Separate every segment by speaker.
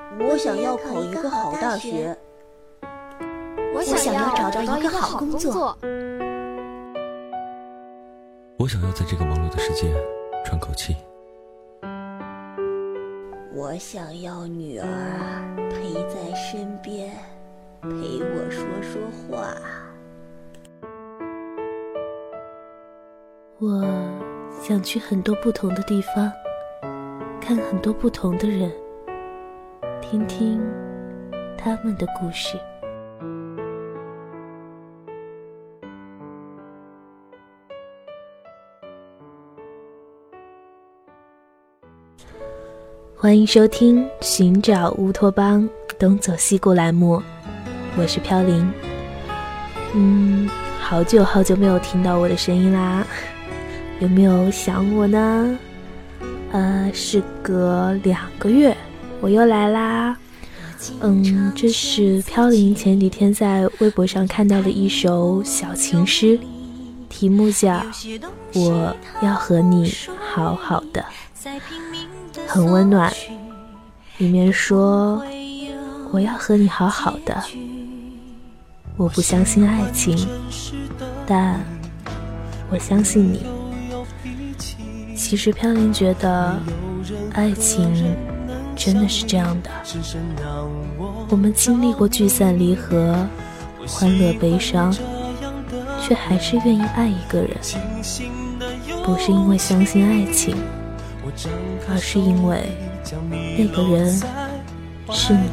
Speaker 1: 我想要考一个好大学。
Speaker 2: 我想要找到一个好工作。
Speaker 3: 我想要在这个忙碌的世界喘口气。
Speaker 1: 我想要女儿陪在身边，陪我说说话。
Speaker 4: 我想去很多不同的地方，看很多不同的人，听听他们的故事。欢迎收听寻找乌托邦东走西顾栏目，我是飘零。好久没有听到我的声音啦，有没有想我呢？事隔2个月我又来啦。这是飘零前几天在微博上看到的一首小情诗，题目叫我要和你好好的，很温暖。里面说我要和你好好的，我不相信爱情，但我相信你。其实飘零觉得爱情真的是这样的，我们经历过聚散离合，欢乐悲伤，却还是愿意爱一个人，不是因为相信爱情，而是因为那个人是你。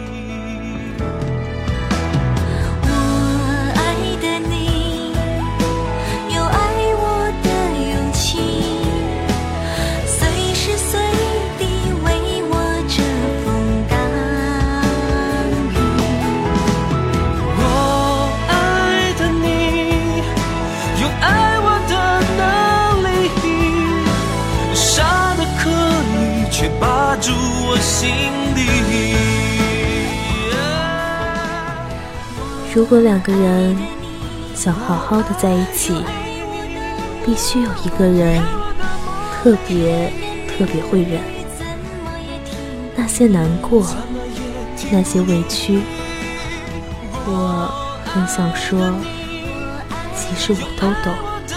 Speaker 4: 如果2个人想好好的在一起，必须有一个人特别会忍，那些难过，那些委屈，我很想说，其实我都懂。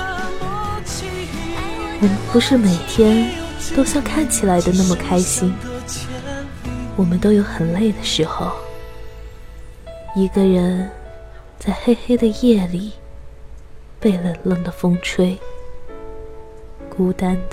Speaker 4: 我们不是每天都像看起来的那么开心，我们都有很累的时候，一个人在黑黑的夜里，被冷冷的风吹，孤单的。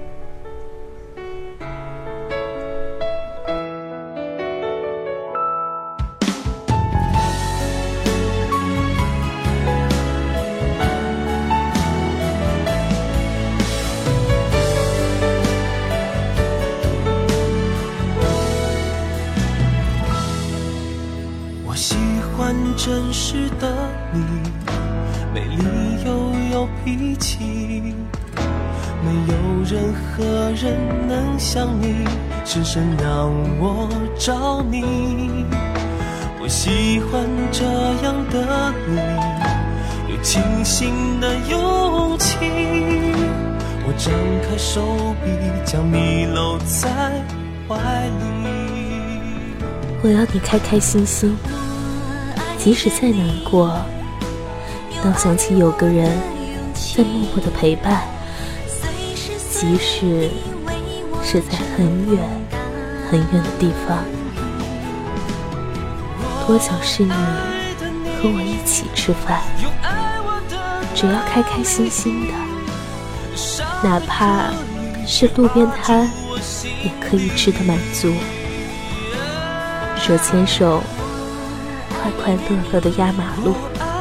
Speaker 5: 我喜欢真实的你，美丽又有脾气，没有任何人能像你深深让我着迷。我喜欢这样的你，有清醒的勇气，我张开手臂将你搂在怀里。
Speaker 4: 我要你开开心心，即使再难过，当想起有个人在默默的陪伴，即使是在很远的地方，多想是你和我一起吃饭，只要开开心心的，哪怕是路边摊也可以吃得满足，手牵手快快乐乐的压马路。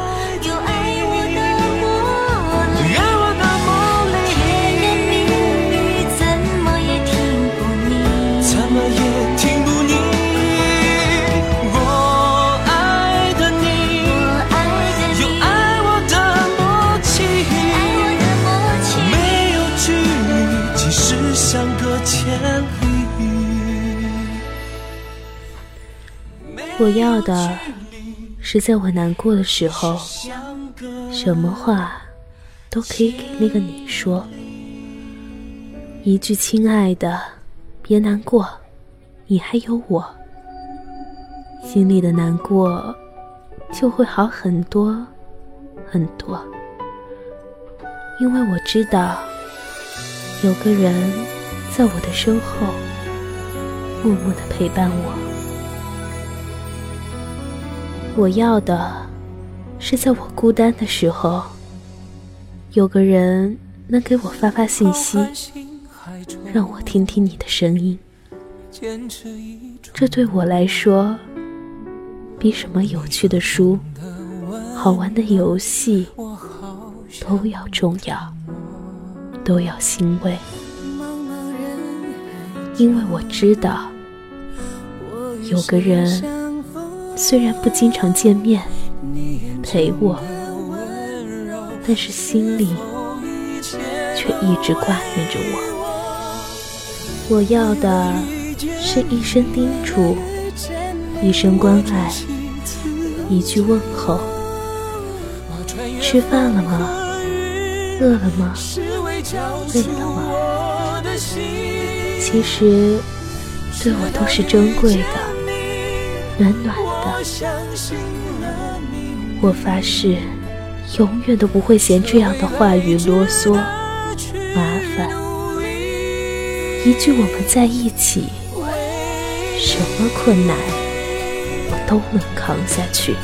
Speaker 4: 我要的是在我难过的时候，什么话都可以给那个你说，一句亲爱的别难过，你还有我， 心里的难过就会好很多很多。因为我知道有个人在我的身后默默地陪伴我。我要的是在我孤单的时候，有个人能给我发发信息，让我听听你的声音。这对我来说比什么有趣的书、好玩的游戏都要重要，都要欣慰。因为我知道有个人虽然不经常见面陪我，但是心里却一直挂念着我。我要的是一声叮嘱，一声关爱，一句问候。吃饭了吗？饿了吗？累了吗？其实对我都是珍贵的，暖暖的。我发誓永远都不会嫌这样的话语啰嗦麻烦。一句我们在一起，什么困难我都能扛下去。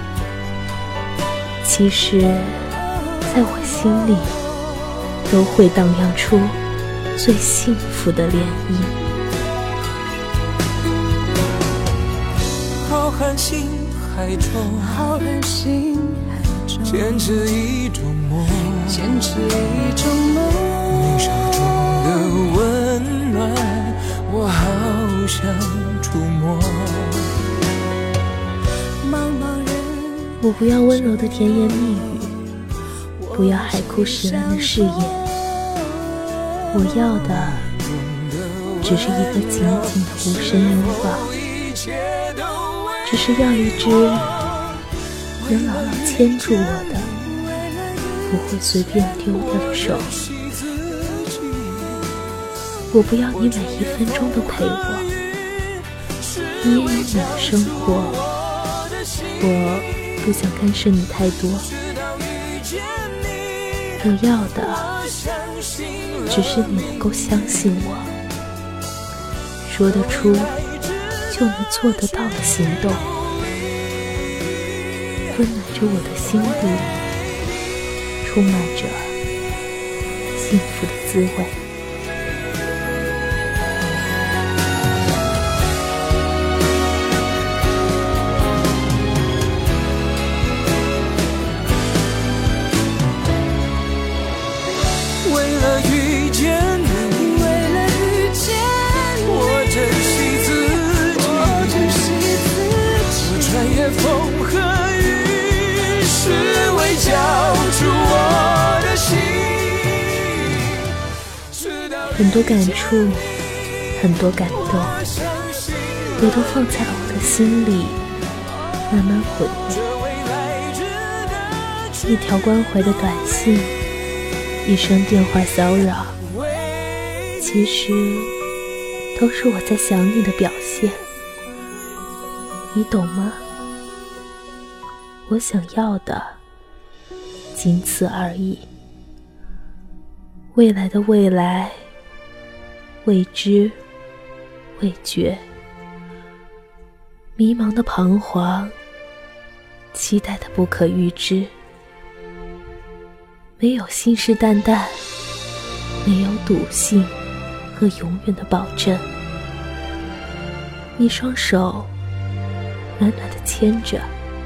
Speaker 4: 其实在我心里都会荡漾出最幸福的涟漪。
Speaker 5: 浩瀚星海中，坚持一种梦，你手中的温暖，我好想触摸。
Speaker 4: 我不要温柔的甜言蜜语，不要海枯石烂的誓言，我要的只是一个紧紧的无声拥抱，只是要一只能牢牢牵住我的，不会随便丢掉的手。我不要你每一分钟都陪我，你也有你的生活，我不想干涉你太多。我要的只是你能够相信我，说得出就能做得到的行动，温暖着我的心底，充满着幸福的滋味。很多感触，很多感动，我都放在了我的心里，慢慢回味。一条关怀的短信，一声电话骚扰，其实都是我在想你的表现，你懂吗？我想要的仅此而已。未来的未来，未知未觉，迷茫的彷徨，期待的不可预知。没有信誓旦旦，没有笃信和永远的保证。一双手暖暖的牵着，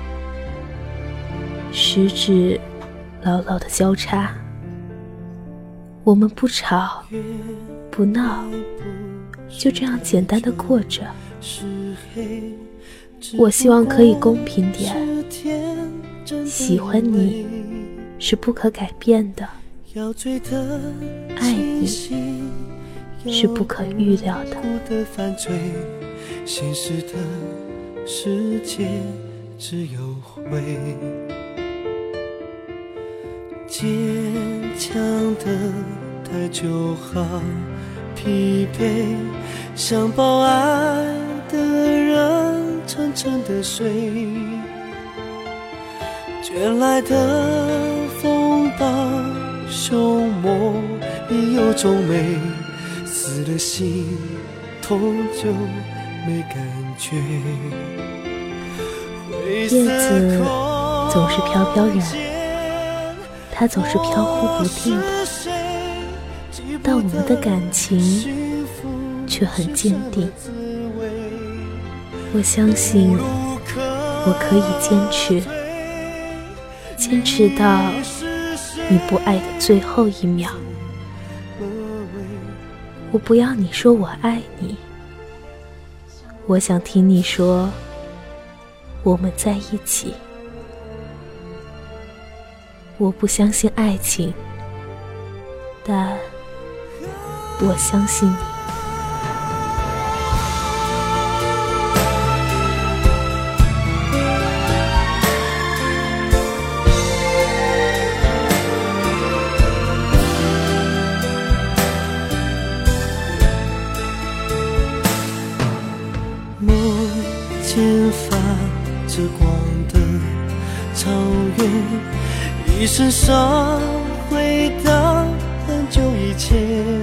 Speaker 4: 食指牢牢的交叉，我们不吵不闹，就这样简单的过着。我希望可以公平点，喜欢你是不可改变的，爱你是不可预料的。
Speaker 5: 现实的世界只有灰，坚强的太久好疲惫，想抱爱的人成沉的水，卷来的风暴凶猛已有种美，死了心痛就没感觉。
Speaker 4: 叶子总是飘飘然，它总是飘忽不定的，但我们的感情却很坚定。我相信我可以坚持到你不爱的最后一秒。我不要你说我爱你，我想听你说我们在一起。我不相信爱情，但我相信你。
Speaker 5: 梦见发着光的草原，一身伤回到很久以前。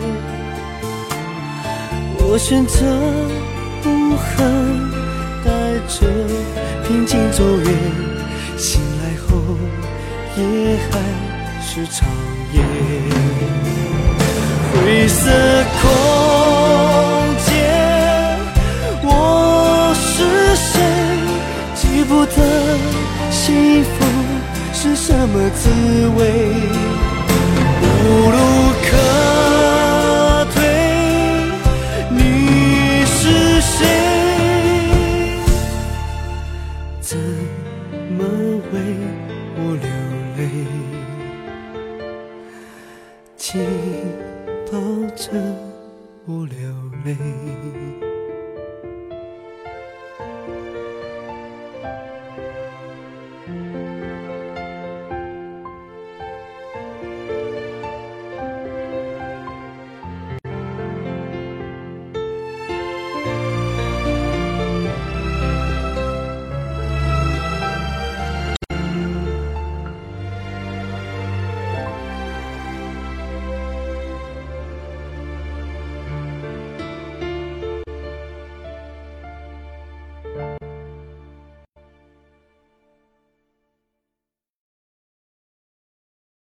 Speaker 5: 我选择不恨，带着平静走远，醒来后也还是长夜。灰色空间，我是谁？记不得幸福是什么滋味，无路可退，你是谁？怎么为我流泪？请抱着我流泪。